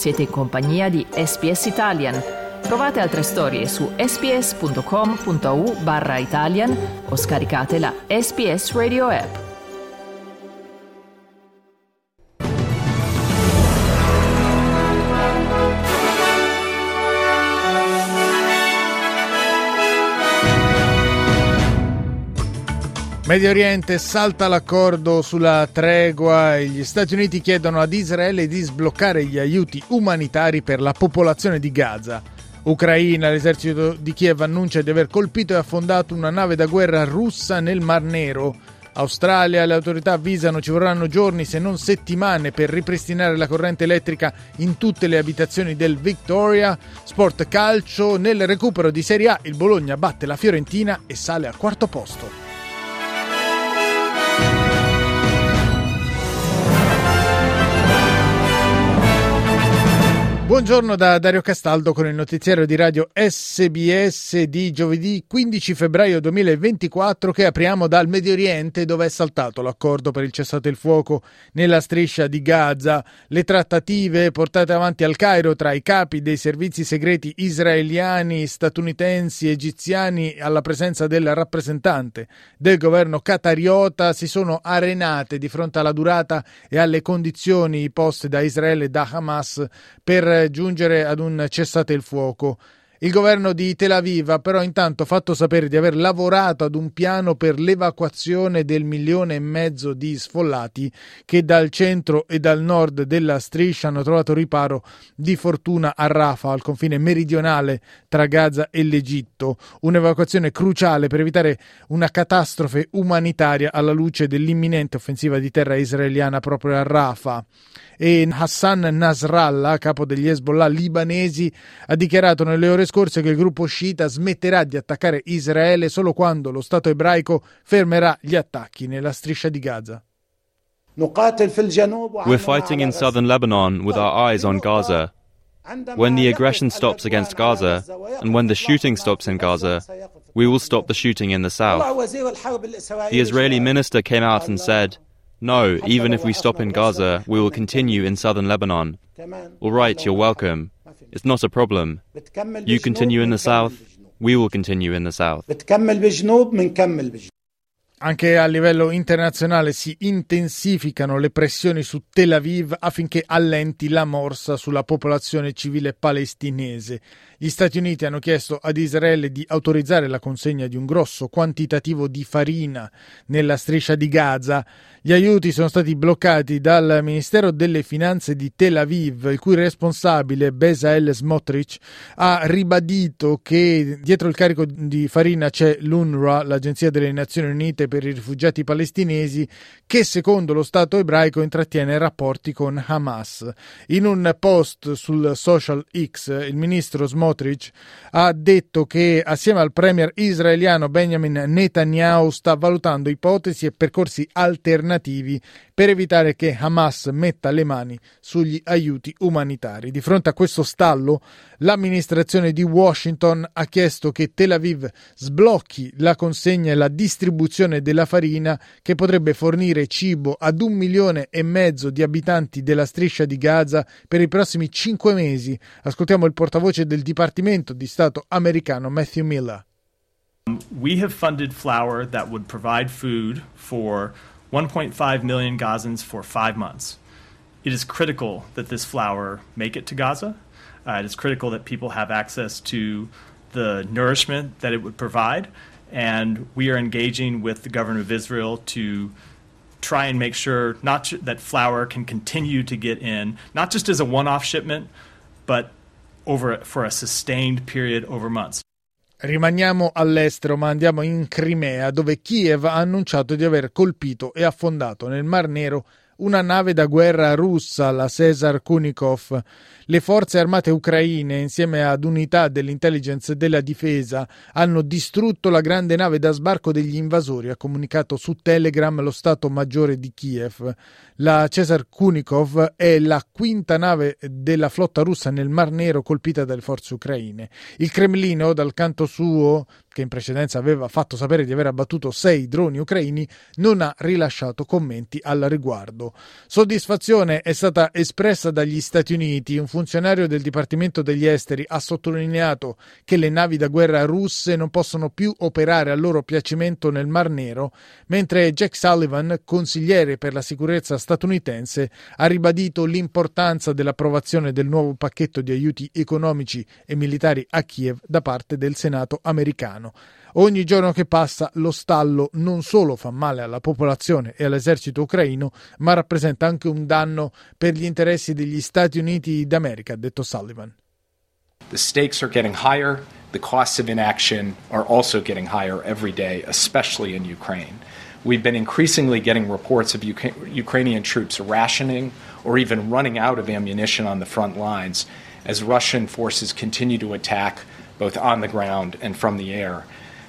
Siete in compagnia di SBS Italian. Trovate altre storie su sbs.com.au/Italian o scaricate la SBS Radio app. Medio Oriente salta l'accordo sulla tregua e gli Stati Uniti chiedono ad Israele di sbloccare gli aiuti umanitari per la popolazione di Gaza. Ucraina, l'esercito di Kiev annuncia di aver colpito e affondato una nave da guerra russa nel Mar Nero. Australia, le autorità avvisano ci vorranno giorni se non settimane per ripristinare la corrente elettrica in tutte le abitazioni del Victoria. Sport calcio, nel recupero di Serie A il Bologna batte la Fiorentina e sale al quarto posto. Buongiorno da Dario Castaldo con il notiziario di radio SBS di giovedì 15 febbraio 2024 che apriamo dal Medio Oriente, dove è saltato l'accordo per il cessate il fuoco nella striscia di Gaza. Le trattative portate avanti al Cairo tra i capi dei servizi segreti israeliani, statunitensi, egiziani alla presenza del rappresentante del governo qatariota si sono arenate di fronte alla durata e alle condizioni poste da Israele e da Hamas per giungere ad un cessate il fuoco. Il governo di Tel Aviv ha però intanto fatto sapere di aver lavorato ad un piano per l'evacuazione del 1,5 milioni di sfollati che dal centro e dal nord della striscia hanno trovato riparo di fortuna a Rafah, al confine meridionale tra Gaza e l'Egitto. Un'evacuazione cruciale per evitare una catastrofe umanitaria alla luce dell'imminente offensiva di terra israeliana proprio a Rafah. E Hassan Nasrallah, capo degli Hezbollah libanesi, ha dichiarato nelle ore scorse che il gruppo sciita smetterà di attaccare Israele solo quando lo Stato ebraico fermerà gli attacchi nella striscia di Gaza. We're fighting in southern Lebanon with our eyes on Gaza. When the aggression stops against Gaza and when the shooting stops in Gaza, we will stop the shooting in the south. The Israeli minister came out and said, "No, even if we stop in Gaza, we will continue in southern Lebanon." All right, you're welcome. It's not a problem. You continue in the south, we will continue in the south. Anche a livello internazionale si intensificano le pressioni su Tel Aviv affinché allenti la morsa sulla popolazione civile palestinese. Gli Stati Uniti hanno chiesto ad Israele di autorizzare la consegna di un grosso quantitativo di farina nella striscia di Gaza. Gli aiuti sono stati bloccati dal Ministero delle Finanze di Tel Aviv, il cui responsabile Bezalel Smotrich ha ribadito che dietro il carico di farina c'è l'UNRWA, l'Agenzia delle Nazioni Unite per i rifugiati palestinesi, che secondo lo Stato ebraico intrattiene rapporti con Hamas. In un post sul social X, il ministro Smotrich ha detto che assieme al premier israeliano Benjamin Netanyahu sta valutando ipotesi e percorsi alternativi per evitare che Hamas metta le mani sugli aiuti umanitari. Di fronte a questo stallo, l'amministrazione di Washington ha chiesto che Tel Aviv sblocchi la consegna e la distribuzione della farina che potrebbe fornire cibo ad 1,5 milioni di abitanti della striscia di Gaza per i prossimi 5 mesi. Ascoltiamo il portavoce del Dipartimento di Stato americano Matthew Miller. We have funded flour that would provide food for 1.5 million Gazans for 5 months. It is critical that this flour make it to Gaza. It is critical that people have access to the nourishment that it would provide. And we are engaging with the government of Israel to try and make sure that flour can continue to get in, not just as a one-off shipment, but for a sustained period over months. Rimaniamo all'estero, ma andiamo in Crimea, dove Kiev ha annunciato di aver colpito e affondato nel Mar Nero una nave da guerra russa, la Cesar Kunikov. Le forze armate ucraine, insieme ad unità dell'intelligence della difesa, hanno distrutto la grande nave da sbarco degli invasori, ha comunicato su Telegram lo Stato Maggiore di Kiev. La Cesar Kunikov è la quinta nave della flotta russa nel Mar Nero colpita dalle forze ucraine. Il Cremlino, dal canto suo, che in precedenza aveva fatto sapere di aver abbattuto 6 droni ucraini, non ha rilasciato commenti al riguardo. mondo. Soddisfazione è stata espressa dagli Stati Uniti. Un funzionario del Dipartimento degli Esteri ha sottolineato che le navi da guerra russe non possono più operare a loro piacimento nel Mar Nero, mentre Jack Sullivan, consigliere per la sicurezza statunitense, ha ribadito l'importanza dell'approvazione del nuovo pacchetto di aiuti economici e militari a Kiev da parte del Senato americano. Ogni giorno che passa lo stallo non solo fa male alla popolazione e all'esercito ucraino, ma rappresenta anche un danno per gli interessi degli Stati Uniti d'America, ha detto Sullivan. The stakes are getting higher, the costs of inaction are also getting higher every day, especially in Ukraine. We've been increasingly getting reports of Ukrainian troops rationing or even running out of ammunition on the front lines as Russian forces continue to attack both on the ground and from the air,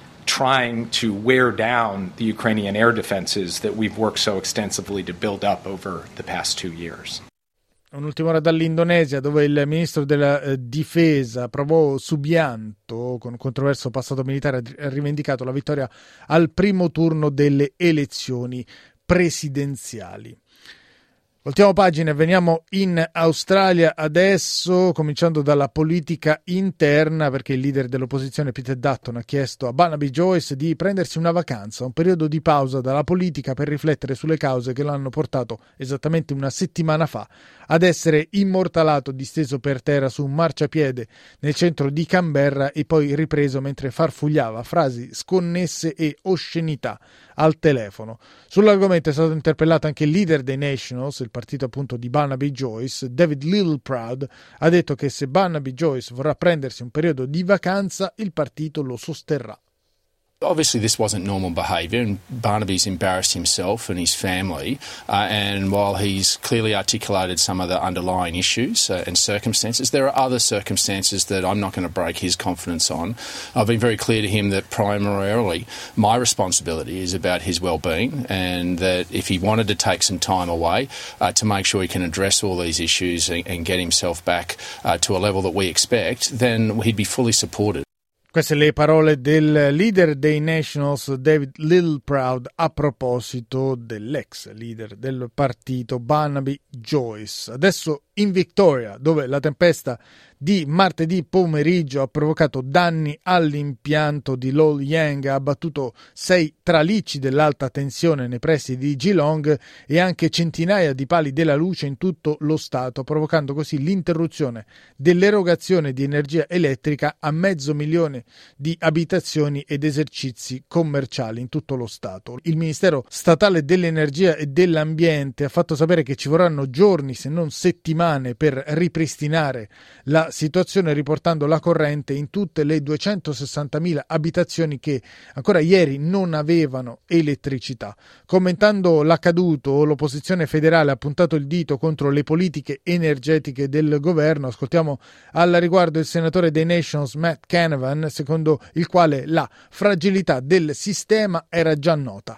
trying to wear down the Ukrainian air defenses that we've worked so extensively to build up over the past 2 years. Un'ultima ora dall'Indonesia, dove il ministro della difesa Prabowo Subianto, con un controverso passato militare, ha rivendicato la vittoria al primo turno delle elezioni presidenziali. Voltiamo pagina e veniamo in Australia adesso, cominciando dalla politica interna, perché il leader dell'opposizione Peter Dutton ha chiesto a Barnaby Joyce di prendersi una vacanza, un periodo di pausa dalla politica per riflettere sulle cause che l'hanno portato esattamente una settimana fa ad essere immortalato disteso per terra su un marciapiede nel centro di Canberra e poi ripreso mentre farfugliava frasi sconnesse e oscenità al telefono. Sull'argomento è stato interpellato anche il leader dei Nationals, il partito appunto di Barnaby Joyce. David Littleproud ha detto che se Barnaby Joyce vorrà prendersi un periodo di vacanza, il partito lo sosterrà. Obviously, this wasn't normal behaviour, and Barnaby's embarrassed himself and his family. And while he's clearly articulated some of the underlying issues and circumstances, there are other circumstances that I'm not going to break his confidence on. I've been very clear to him that primarily my responsibility is about his well-being, and that if he wanted to take some time away to make sure he can address all these issues and get himself back to a level that we expect, then he'd be fully supported. Queste le parole del leader dei Nationals, David Littleproud, a proposito dell'ex leader del partito, Barnaby Joyce. Adesso in Victoria, dove la tempesta di martedì pomeriggio ha provocato danni all'impianto di Loy Yang, ha abbattuto 6 tralicci dell'alta tensione nei pressi di Geelong e anche centinaia di pali della luce in tutto lo stato, provocando così l'interruzione dell'erogazione di energia elettrica a 500.000 di abitazioni ed esercizi commerciali in tutto lo stato. Il Ministero statale dell'Energia e dell'Ambiente ha fatto sapere che ci vorranno giorni, se non settimane, per ripristinare la situazione, riportando la corrente in tutte le 260.000 abitazioni che ancora ieri non avevano elettricità. Commentando l'accaduto, l'opposizione federale ha puntato il dito contro le politiche energetiche del governo. Ascoltiamo al riguardo il senatore dei Nationals Matt Canavan, secondo il quale la fragilità del sistema era già nota.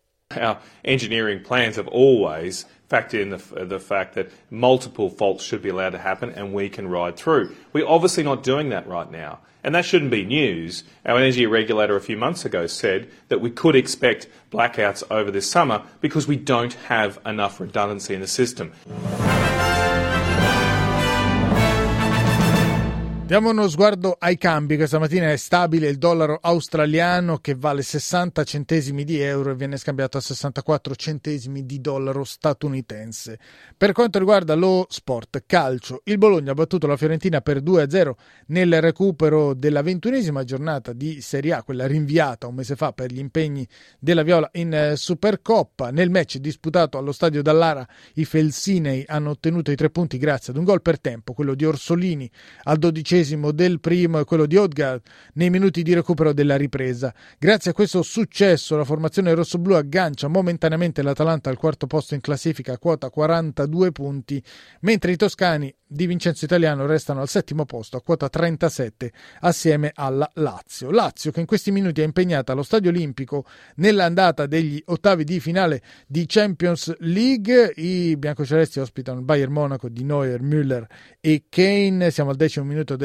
Our engineering plans have always factored in the fact that multiple faults should be allowed to happen and we can ride through. We're obviously not doing that right now, and that shouldn't be news. Our energy regulator a few months ago said that we could expect blackouts over this summer because we don't have enough redundancy in the system. Diamo uno sguardo ai cambi. Questa mattina è stabile il dollaro australiano, che vale 60 centesimi di euro e viene scambiato a 64 centesimi di dollaro statunitense. Per quanto riguarda lo sport calcio, il Bologna ha battuto la Fiorentina per 2-0 nel recupero della 21esima giornata di Serie A, quella rinviata un mese fa per gli impegni della Viola in Supercoppa. Nel match disputato allo stadio Dallara, i Felsinei hanno ottenuto i 3 punti grazie ad un gol per tempo, quello di Orsolini al 12esimo del primo e quello di Odegaard nei minuti di recupero della ripresa. Grazie a questo successo la formazione rossoblù aggancia momentaneamente l'Atalanta al quarto posto in classifica a quota 42 punti, mentre i toscani di Vincenzo Italiano restano al settimo posto a quota 37 assieme alla Lazio. Lazio che in questi minuti è impegnata allo Stadio Olimpico nell'andata degli ottavi di finale di Champions League. I biancocelesti ospitano il Bayern Monaco di Neuer, Müller e Kane. Siamo al 10° minuto del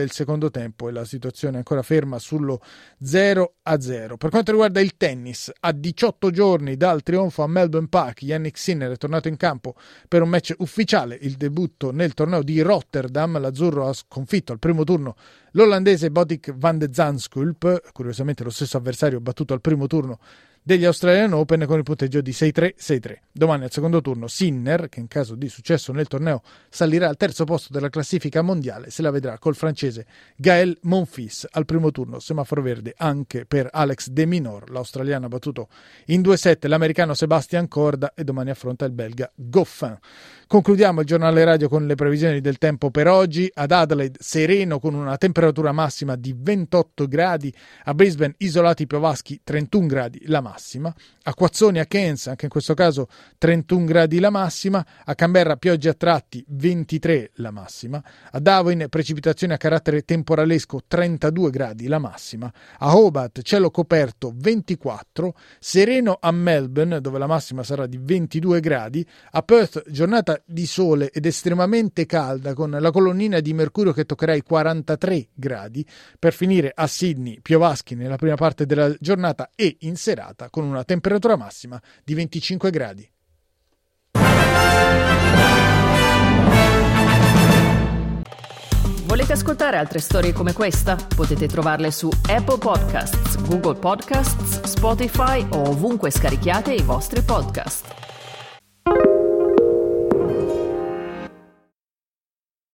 del secondo tempo e la situazione è ancora ferma sullo 0-0. Per quanto riguarda il tennis, a 18 giorni dal trionfo a Melbourne Park, Jannik Sinner è tornato in campo per un match ufficiale, il debutto nel torneo di Rotterdam. L'azzurro ha sconfitto al primo turno l'olandese Botic van de Zandschulp, curiosamente lo stesso avversario battuto al primo turno degli Australian Open, con il punteggio di 6-3, 6-3. Domani al secondo turno Sinner, che in caso di successo nel torneo salirà al terzo posto della classifica mondiale, se la vedrà col francese Gaël Monfils. Al primo turno semaforo verde anche per Alex de Minaur, l'australiano ha battuto in 2-7 l'americano Sebastian Corda e domani affronta il belga Goffin. Concludiamo il giornale radio con le previsioni del tempo per oggi. Ad Adelaide sereno con una temperatura massima di 28 gradi, a Brisbane isolati piovaschi 31 gradi la massima, a Quazzoni a Cairns anche in questo caso 31 gradi la massima, a Canberra piogge a tratti 23 la massima, a Darwin precipitazioni a carattere temporalesco 32 gradi la massima, a Hobart cielo coperto 24, sereno a Melbourne dove la massima sarà di 22 gradi, a Perth giornata di sole ed estremamente calda con la colonnina di mercurio che toccherà i 43 gradi, per finire a Sydney piovaschi nella prima parte della giornata e in serata con una temperatura massima di 25 gradi. Volete ascoltare altre storie come questa? Potete trovarle su Apple Podcasts, Google Podcasts, Spotify o ovunque scarichiate i vostri podcast.